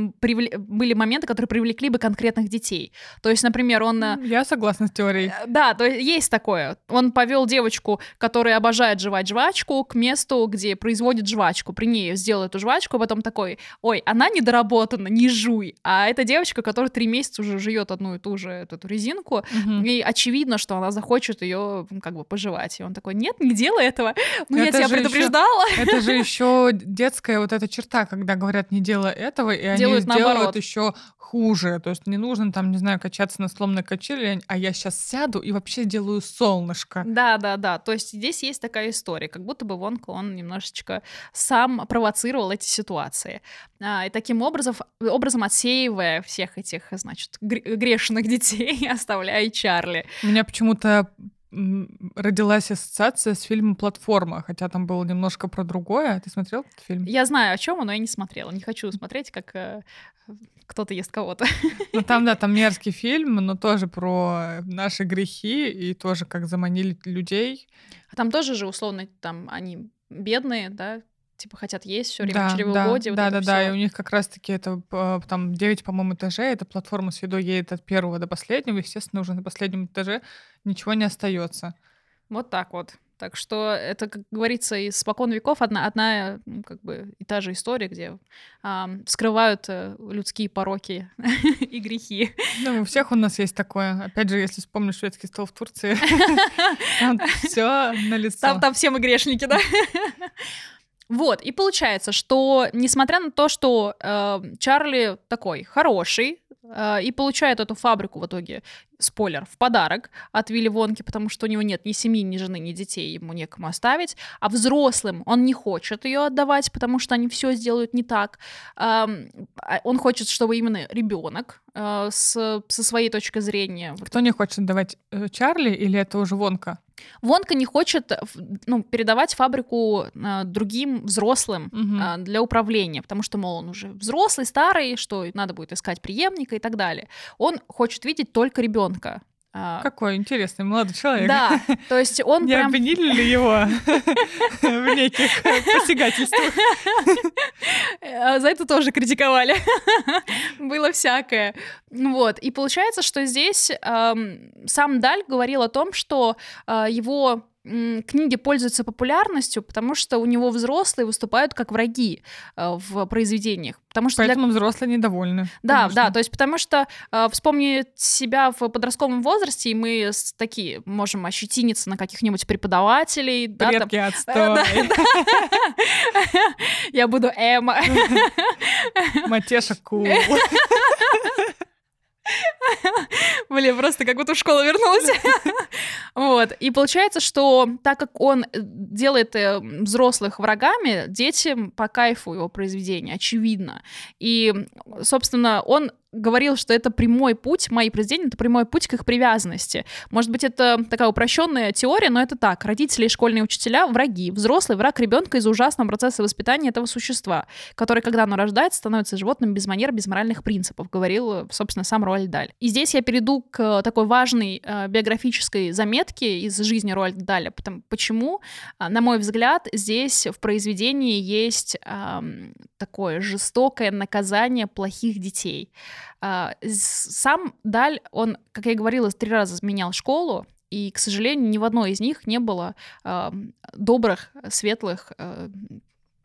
S1: были моменты, которые привлекли бы конкретных детей. То есть, например, он...
S2: Я согласна с теорией.
S1: Да, то есть такое. Он повел девочку, которая обожает жевать жвачку, к месту, где производит жвачку. При ней сделал эту жвачку, а потом такой, ой, она недоработана, не жуй. А эта девочка, которая 3 месяца уже жует одну и ту же эту резинку, и очевидно, что она захочет ее как бы пожевать. И он такой, нет, не делай этого. Ну, я тебя предупреждала.
S2: Это же еще детская вот эта черта, когда говорят, не делай этого, и они сделают еще хуже. То есть не нужно там, не знаю, качаться на сломанной качели, а я сейчас сяду и вообще делаю солнышко.
S1: Да. То есть здесь есть такая история, как будто бы Вонка, он немножечко сам провоцировал эти ситуации. И таким образом отсеивая всех этих, значит, грешных детей, оставляя Чарли.
S2: У меня почему-то родилась ассоциация с фильмом «Платформа», хотя там было немножко про другое. Ты смотрел этот фильм?
S1: Я знаю, о чем он, но я не смотрела. Не хочу смотреть, как кто-то ест кого-то.
S2: Ну там, да, там мерзкий фильм, но тоже про наши грехи и тоже как заманили людей.
S1: А там тоже же, условно, там они бедные, да, типа хотят есть все время, чревоугодие.
S2: Да, и у них как раз-таки это там 9, по-моему, этажей, эта платформа с едой едет от первого до последнего, естественно, уже на последнем этаже ничего не остается.
S1: Вот так вот. Так что это, как говорится, испокон веков одна как бы и та же история, где скрывают людские пороки и грехи.
S2: Ну, у всех у нас есть такое. Опять же, если вспомнишь шведский стол в Турции, там все налицо.
S1: Там все мы грешники, да? Вот, и получается, что, несмотря на то, что Чарли такой хороший, и получает эту фабрику в итоге, спойлер, в подарок от Вилли Вонки, потому что у него нет ни семьи, ни жены, ни детей, ему некому оставить, а взрослым он не хочет ее отдавать, потому что они все сделают не так. Он хочет, чтобы именно ребенок со своей точки зрения...
S2: Кто не хочет отдавать, Чарли или это уже Вонка?
S1: Вонка не хочет передавать фабрику другим взрослым для управления, потому что, мол, он уже взрослый, старый, что надо будет искать преемника и так далее. Он хочет видеть только ребенка.
S2: Какой интересный молодой человек.
S1: Да, то есть он
S2: не обвинили ли его в неких посягательствах?
S1: За это тоже критиковали. Было всякое. Вот. И получается, что здесь сам Даль говорил о том, что его книги пользуются популярностью, потому что у него взрослые выступают как враги в произведениях. Потому что
S2: поэтому взрослые недовольны.
S1: Да, то есть потому что вспомни себя в подростковом возрасте, и мы такие можем ощетиниться на каких-нибудь преподавателей.
S2: Предки отстой.
S1: Я буду Эмма.
S2: Матеша кул.
S1: Блин, просто как будто в школу вернулась. Вот. И получается, что так как он делает взрослых врагами, детям по кайфу его произведения, очевидно. И, собственно, он говорил, что это прямой путь, мои произведения — это прямой путь к их привязанности. Может быть, это такая упрощенная теория, но это так. Родители и школьные учителя — враги. Взрослый — враг ребенка из-за ужасного процесса воспитания этого существа, который, когда оно рождается, становится животным без манер, без моральных принципов, говорил, собственно, сам Роальд Даль. И здесь я перейду к такой важной биографической заметке из жизни Роальда Даля. Почему, на мой взгляд, здесь в произведении есть такое жестокое наказание плохих детей. Сам Даль, он, как я говорила, 3 раза менял школу, и, к сожалению, ни в одной из них не было добрых, светлых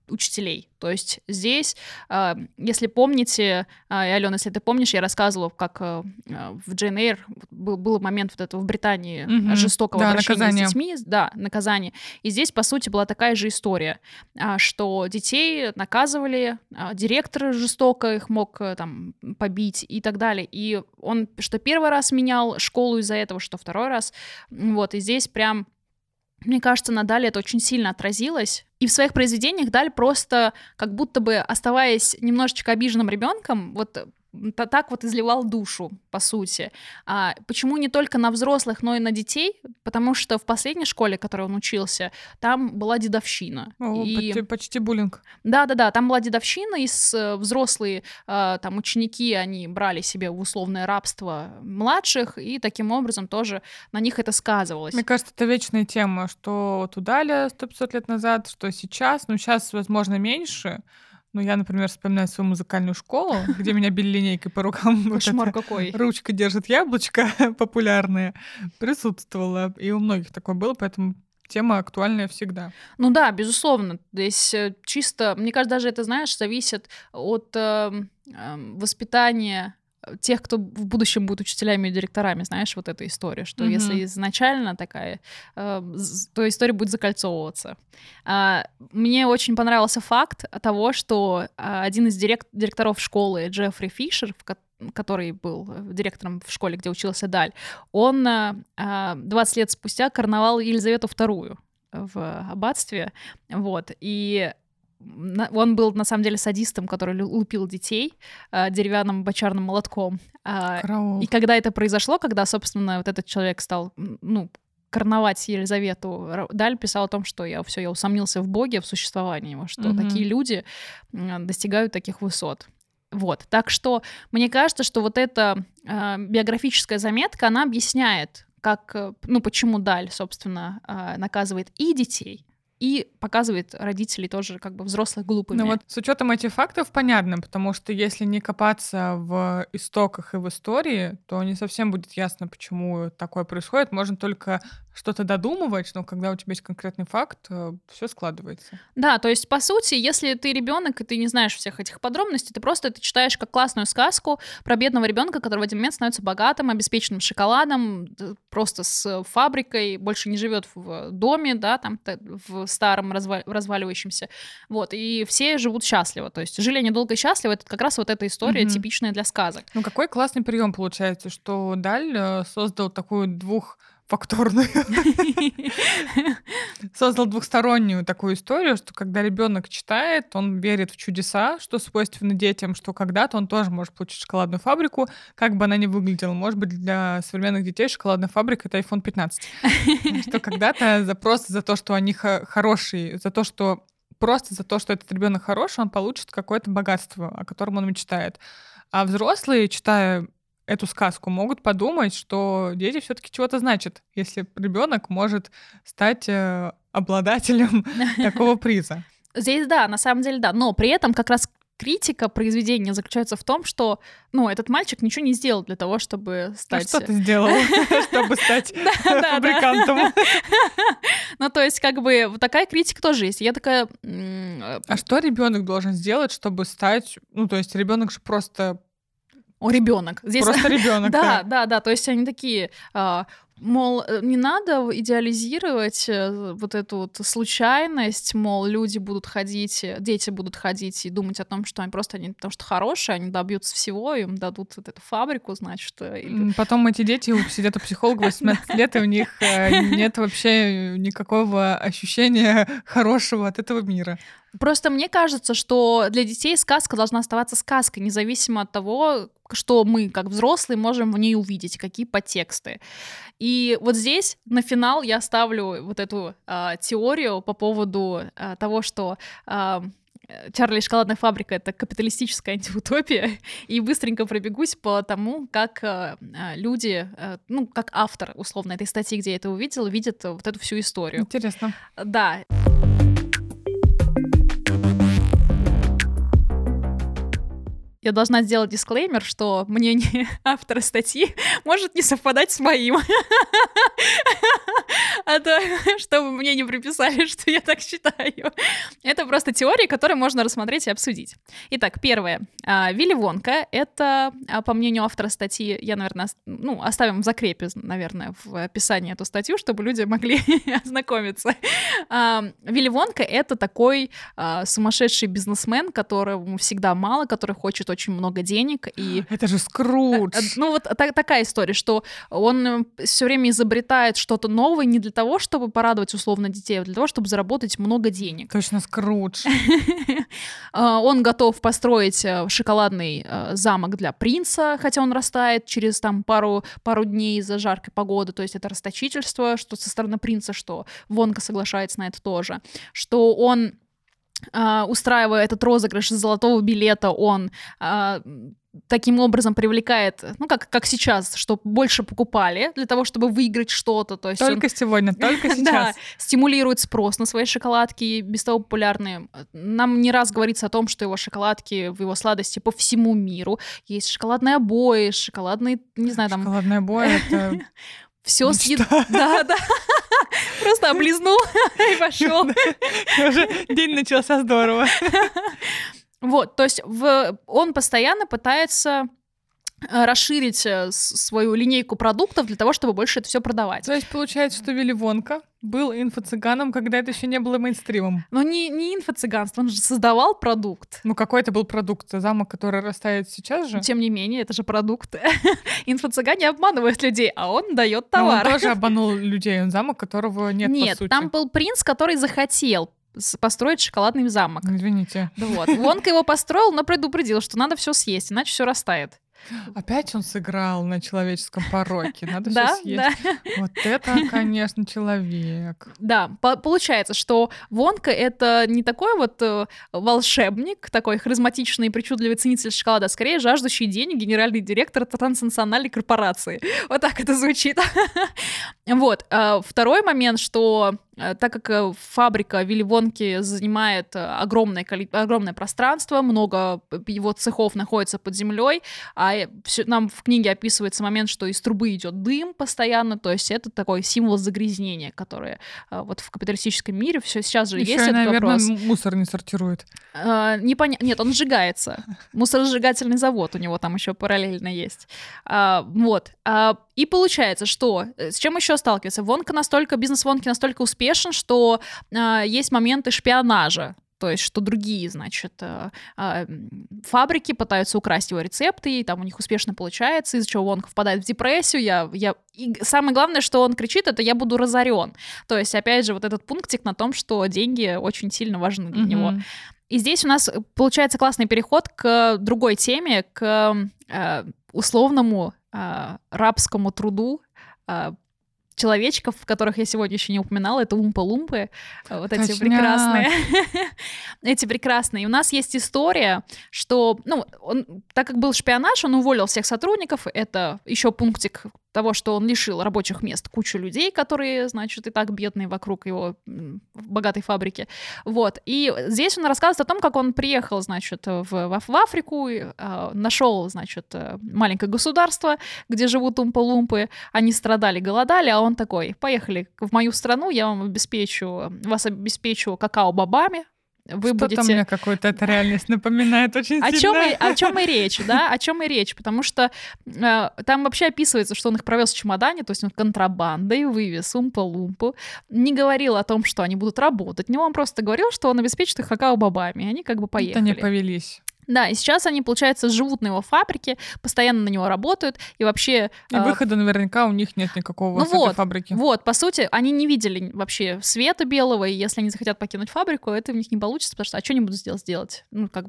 S1: учителей. То есть здесь, если помните, и, Алена, если ты помнишь, я рассказывала, как в Джейн Эйр был момент вот этого в Британии жестокого обращения с детьми. Да, наказание. И здесь, по сути, была такая же история, что детей наказывали, директор жестоко их мог там побить и так далее. И он что первый раз менял школу из-за этого, что второй раз. Вот, и здесь прям, мне кажется, на Дале это очень сильно отразилось. И в своих произведениях Даль просто, как будто бы оставаясь немножечко обиженным ребенком, вот так вот изливал душу, по сути. Почему не только на взрослых, но и на детей? Потому что в последней школе, в которой он учился, там была дедовщина.
S2: Почти буллинг.
S1: Да, там была дедовщина, и взрослые там ученики, они брали себе в условное рабство младших, и таким образом тоже на них это сказывалось.
S2: Мне кажется, это вечная тема, что вот у Даля 100-500 лет назад, что сейчас, сейчас, возможно, меньше. Ну, я, например, вспоминаю свою музыкальную школу, где меня били линейкой по рукам.
S1: Кошмар какой.
S2: Ручка держит яблочко популярная. Присутствовала. И у многих такое было, поэтому тема актуальная всегда.
S1: Ну да, безусловно. Здесь чисто, мне кажется, даже это, знаешь, зависит от воспитания тех, кто в будущем будет учителями и директорами, знаешь, вот эта история, что если изначально такая, то история будет закольцовываться. Мне очень понравился факт того, что один из директоров школы, Джеффри Фишер, который был директором в школе, где учился Даль, он 20 лет спустя короновал Елизавету II в аббатстве, вот, и он был, на самом деле, садистом, который лупил детей деревянным бочарным молотком. И когда это произошло, когда, собственно, вот этот человек стал, короновать Елизавету, Даль писал о том, что я усомнился в Боге, в существовании его, что такие люди достигают таких высот. Вот. Так что мне кажется, что вот эта биографическая заметка, она объясняет, почему Даль, собственно, наказывает и детей, и показывает родителей тоже как бы взрослых глупыми.
S2: Ну вот с учетом этих фактов понятно, потому что если не копаться в истоках и в истории, то не совсем будет ясно, почему такое происходит. Можно только что-то додумывать, но когда у тебя есть конкретный факт, все складывается.
S1: Да, то есть, по сути, если ты ребенок и ты не знаешь всех этих подробностей, ты просто это читаешь как классную сказку про бедного ребенка, который в один момент становится богатым, обеспеченным шоколадом, просто с фабрикой, больше не живет в доме, да, там в старом разваливающемся. Вот, и все живут счастливо. То есть жили они долго и счастливо. Это как раз вот эта история типичная для сказок.
S2: Ну, какой классный прием получается, что Даль создал такую двухфакторную, создал двухстороннюю такую историю, что когда ребенок читает, он верит в чудеса, что свойственно детям, что когда-то он тоже может получить шоколадную фабрику, как бы она ни выглядела. Может быть, для современных детей шоколадная фабрика — это iPhone 15. Что когда-то просто за то, что они хорошие, просто за то, что этот ребенок хороший, он получит какое-то богатство, о котором он мечтает. А взрослые, читая эту сказку, могут подумать, что дети все-таки чего-то значат, если ребенок может стать обладателем такого приза.
S1: Здесь да, на самом деле да, но при этом как раз критика произведения заключается в том, что, этот мальчик ничего не сделал для того, чтобы стать...
S2: А что ты сделал, чтобы стать фабрикантом?
S1: Ну, то есть, как бы, такая критика тоже есть. Я такая...
S2: А что ребенок должен сделать, чтобы стать... Ну, то есть, ребенок же просто...
S1: Ребенок.
S2: Просто ребенок.
S1: Да. То есть они такие, мол, не надо идеализировать вот эту вот случайность, мол, дети будут ходить и думать о том, что они потому что хорошие, они добьются всего, им дадут вот эту фабрику, значит.
S2: Потом эти дети сидят у психолога 18 лет, и у них нет вообще никакого ощущения хорошего от этого мира.
S1: Просто мне кажется, что для детей сказка должна оставаться сказкой, независимо от того, что мы, как взрослые, можем в ней увидеть, какие подтексты. И вот здесь на финал я ставлю вот эту теорию по поводу того, что Чарли и шоколадная фабрика — это капиталистическая антиутопия, и быстренько пробегусь по тому, как люди, как автор, условно, этой статьи, где я это увидела, видят вот эту всю историю.
S2: Интересно.
S1: Да. я должна сделать дисклеймер, что мнение автора статьи может не совпадать с моим. А то, чтобы мне не приписали, что я так считаю. Это просто теория, которую можно рассмотреть и обсудить. Итак, первое. Вилли Вонка — это, по мнению автора статьи, я, наверное, оставим в закрепе, наверное, в описании эту статью, чтобы люди могли ознакомиться. Вилли Вонка — это такой сумасшедший бизнесмен, которому всегда мало, который хочет очень много денег. И...
S2: Это же Скрудж!
S1: Ну вот такая история, что он все время изобретает что-то новое не для того, чтобы порадовать условно детей, а для того, чтобы заработать много денег.
S2: Точно Скрудж.
S1: Он готов построить шоколадный замок для принца, хотя он растает через там пару дней из-за жаркой погоды, то есть это расточительство, что со стороны принца, что Вонка соглашается на это тоже, что он, устраивая этот розыгрыш золотого билета, он таким образом привлекает, ну, как сейчас, что больше покупали для того, чтобы выиграть что-то. То есть
S2: только сегодня, только сейчас.
S1: Да, стимулирует спрос на свои шоколадки, без того популярные. Нам не раз говорится о том, что его шоколадки, в его сладости по всему миру. Есть шоколадные обои, шоколадные, не знаю, там...
S2: Шоколадные обои — это...
S1: Все съед... Да. Просто облизнул и пошел.
S2: Уже день начался здорово.
S1: Вот, то есть он постоянно пытается расширить свою линейку продуктов для того, чтобы больше это все продавать.
S2: То есть получается, что Вилли Вонка был инфо-цыганом, когда это еще не было мейнстримом.
S1: Но не инфо-цыганство, он же создавал продукт.
S2: Ну какой это был продукт? Замок, который растает сейчас же?
S1: Тем не менее, это же продукт. Инфо-цыгане обманывают людей, а он дает товар.
S2: Но он тоже обманул людей, он замок, которого нет, по сути.
S1: Нет, там был принц, который захотел построить шоколадный замок.
S2: Извините.
S1: Вот. Вонка его построил, но предупредил, что надо все съесть, иначе все растает.
S2: Опять он сыграл на человеческом пороке. Надо все съесть.
S1: Да.
S2: Вот это, конечно, человек.
S1: Да, получается, что Вонка — это не такой вот волшебник, такой харизматичный и причудливый ценитель шоколада, а скорее жаждущий денег генеральный директор транснациональной корпорации. Вот так это звучит. Вот. Второй момент, что так как фабрика Вилли Вонки занимает огромное пространство, много его цехов находится под землей, а нам в книге описывается момент, что из трубы идет дым постоянно, то есть это такой символ загрязнения, который вот в капиталистическом мире все сейчас же
S2: еще,
S1: есть этот
S2: наверное,
S1: вопрос.
S2: Мусор не сортирует.
S1: Нет, он сжигается. Мусоросжигательный завод у него там еще параллельно есть. Вот. И получается, что с чем еще сталкивается? Бизнес Вонки настолько успешен, что есть моменты шпионажа. То есть, что другие, значит, фабрики пытаются украсть его рецепты, и там у них успешно получается, из-за чего Вонка впадает в депрессию. И самое главное, что он кричит, это «я буду разорен». То есть, опять же, вот этот пунктик на том, что деньги очень сильно важны для него. И здесь у нас получается классный переход к другой теме, к условному рабскому труду человечков, которых я сегодня еще не упоминала, это умпа-лумпы, вот эти прекрасные. Эти прекрасные. И у нас есть история, что, он, так как был шпионаж, он уволил всех сотрудников, это еще пунктик того, что он лишил рабочих мест кучу людей, которые, значит, и так бедные вокруг его богатой фабрики. Вот. И здесь он рассказывает о том, как он приехал, значит, в Африку, нашел, значит, маленькое государство, где живут умпа-лумпы, они страдали, голодали, а он такой: поехали в мою страну, я вас обеспечу какао-бобами, вы
S2: Что-то
S1: будете...
S2: мне какую-то эта реальность напоминает очень сильно.
S1: О чем и речь, да? О чем и речь, потому что там вообще описывается, что он их провез в чемодане, то есть он контрабандой вывез умпа-лумпу, не говорил о том, что они будут работать, он просто говорил, что он обеспечит их какао-бобами, и они как бы поехали.
S2: Это не повелись.
S1: Да, и сейчас они, получается, живут на его фабрике, постоянно на него работают, и вообще...
S2: И выхода наверняка у них нет никакого с этой фабрики.
S1: Вот, по сути, они не видели вообще света белого, и если они захотят покинуть фабрику, это у них не получится, потому что, а что они будут делать?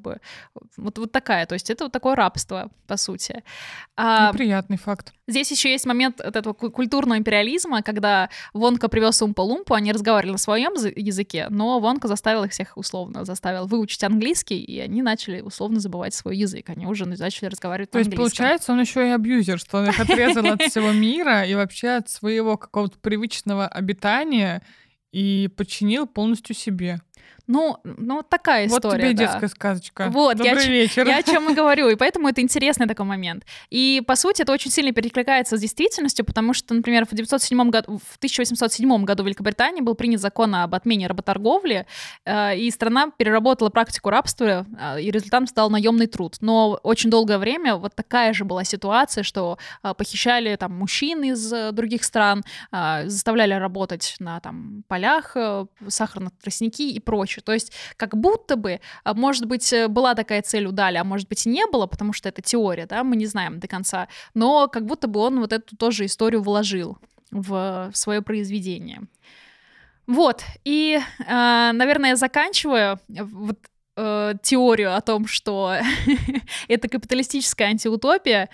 S1: Вот такая, то есть это вот такое рабство, по сути.
S2: Неприятный факт.
S1: Здесь еще есть момент от этого культурного империализма, когда Вонка привез умпа-лумпу, они разговаривали на своем языке, но Вонка заставил их всех заставил выучить английский, и они начали условно забывать свой язык, они уже начали разговаривать по-английски.
S2: То есть, получается, он еще и абьюзер, что он их отрезал от всего мира и вообще от своего какого-то привычного обитания и подчинил полностью себе.
S1: Ну, такая история.
S2: Вот тебе и
S1: да.
S2: детская сказочка.
S1: Вот,
S2: Добрый вечер.
S1: Я о чем и говорю, и поэтому это интересный такой момент. И, по сути, это очень сильно перекликается с действительностью, потому что, например, в 1807 году в Великобритании был принят закон об отмене работорговли, и страна переработала практику рабства, и результатом стал наемный труд. Но очень долгое время вот такая же была ситуация, что похищали там мужчин из других стран, заставляли работать на там полях, сахарные тростники и прочее. То есть как будто бы, может быть, была такая цель у Даля, а может быть и не было, потому что это теория, да, мы не знаем до конца, но как будто бы он вот эту тоже историю вложил в свое произведение. Вот, и, наверное, я заканчиваю теорию о том, что это капиталистическая антиутопия.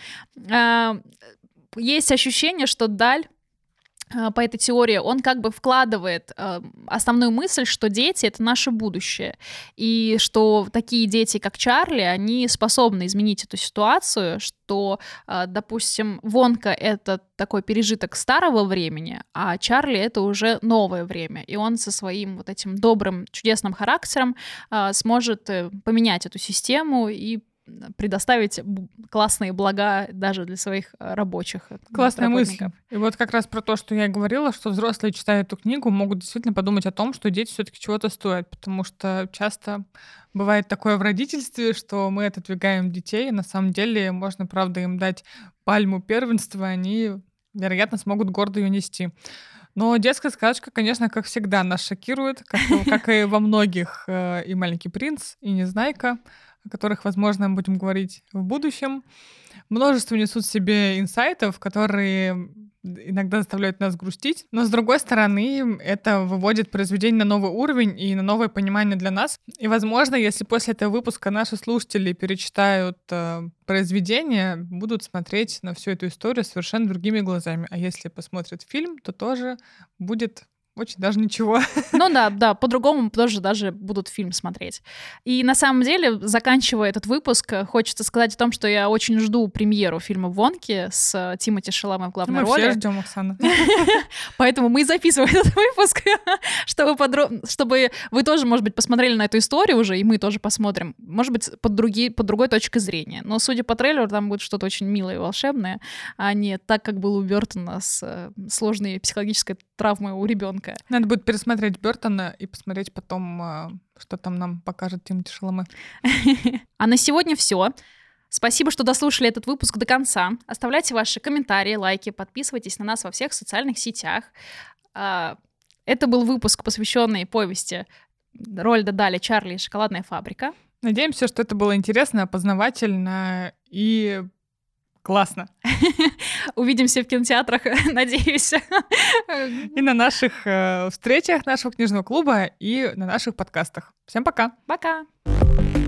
S1: Есть ощущение, что Даль по этой теории, он как бы вкладывает основную мысль, что дети — это наше будущее, и что такие дети, как Чарли, они способны изменить эту ситуацию, что, допустим, Вонка — это такой пережиток старого времени, а Чарли — это уже новое время, и он со своим вот этим добрым, чудесным характером сможет поменять эту систему и предоставить классные блага даже для своих рабочих.
S2: Классная мысль. И вот как раз про то, что я говорила, что взрослые, читая эту книгу, могут действительно подумать о том, что дети все-таки чего-то стоят, потому что часто бывает такое в родительстве, что мы отодвигаем детей, и на самом деле можно, правда, им дать пальму первенства, они, вероятно, смогут гордо ее нести. Но детская сказочка, конечно, как всегда, нас шокирует, как и во многих и «Маленький принц», и «Незнайка», о которых, возможно, мы будем говорить в будущем. Множество несут в себе инсайтов, которые иногда заставляют нас грустить, но, с другой стороны, это выводит произведение на новый уровень и на новое понимание для нас. И, возможно, если после этого выпуска наши слушатели перечитают произведение, будут смотреть на всю эту историю совершенно другими глазами. А если посмотрят фильм, то тоже будет очень даже ничего.
S1: Ну да, по-другому тоже даже будут фильм смотреть. И на самом деле, заканчивая этот выпуск, хочется сказать о том, что я очень жду премьеру фильма «Вонки» с Тимоти Шаламе в главной роли.
S2: Мы все ждем, Оксана.
S1: Поэтому мы и записываем этот выпуск, чтобы вы тоже, может быть, посмотрели на эту историю уже, и мы тоже посмотрим. Может быть, под другой точкой зрения. Но, судя по трейлеру, там будет что-то очень милое и волшебное, а не так, как было у Бёртона с сложной психологической травмой у ребенка.
S2: Надо будет пересмотреть Бёртона и посмотреть потом, что там нам покажет Тимоти Шаламе.
S1: А на сегодня все. Спасибо, что дослушали этот выпуск до конца. Оставляйте ваши комментарии, лайки, подписывайтесь на нас во всех социальных сетях. Это был выпуск, посвященный повести Рольда Даля «Чарли и шоколадная фабрика».
S2: Надеемся, что это было интересно, познавательно и классно.
S1: Увидимся в кинотеатрах, надеюсь.
S2: И на наших встречах нашего книжного клуба, и на наших подкастах. Всем пока!
S1: Пока!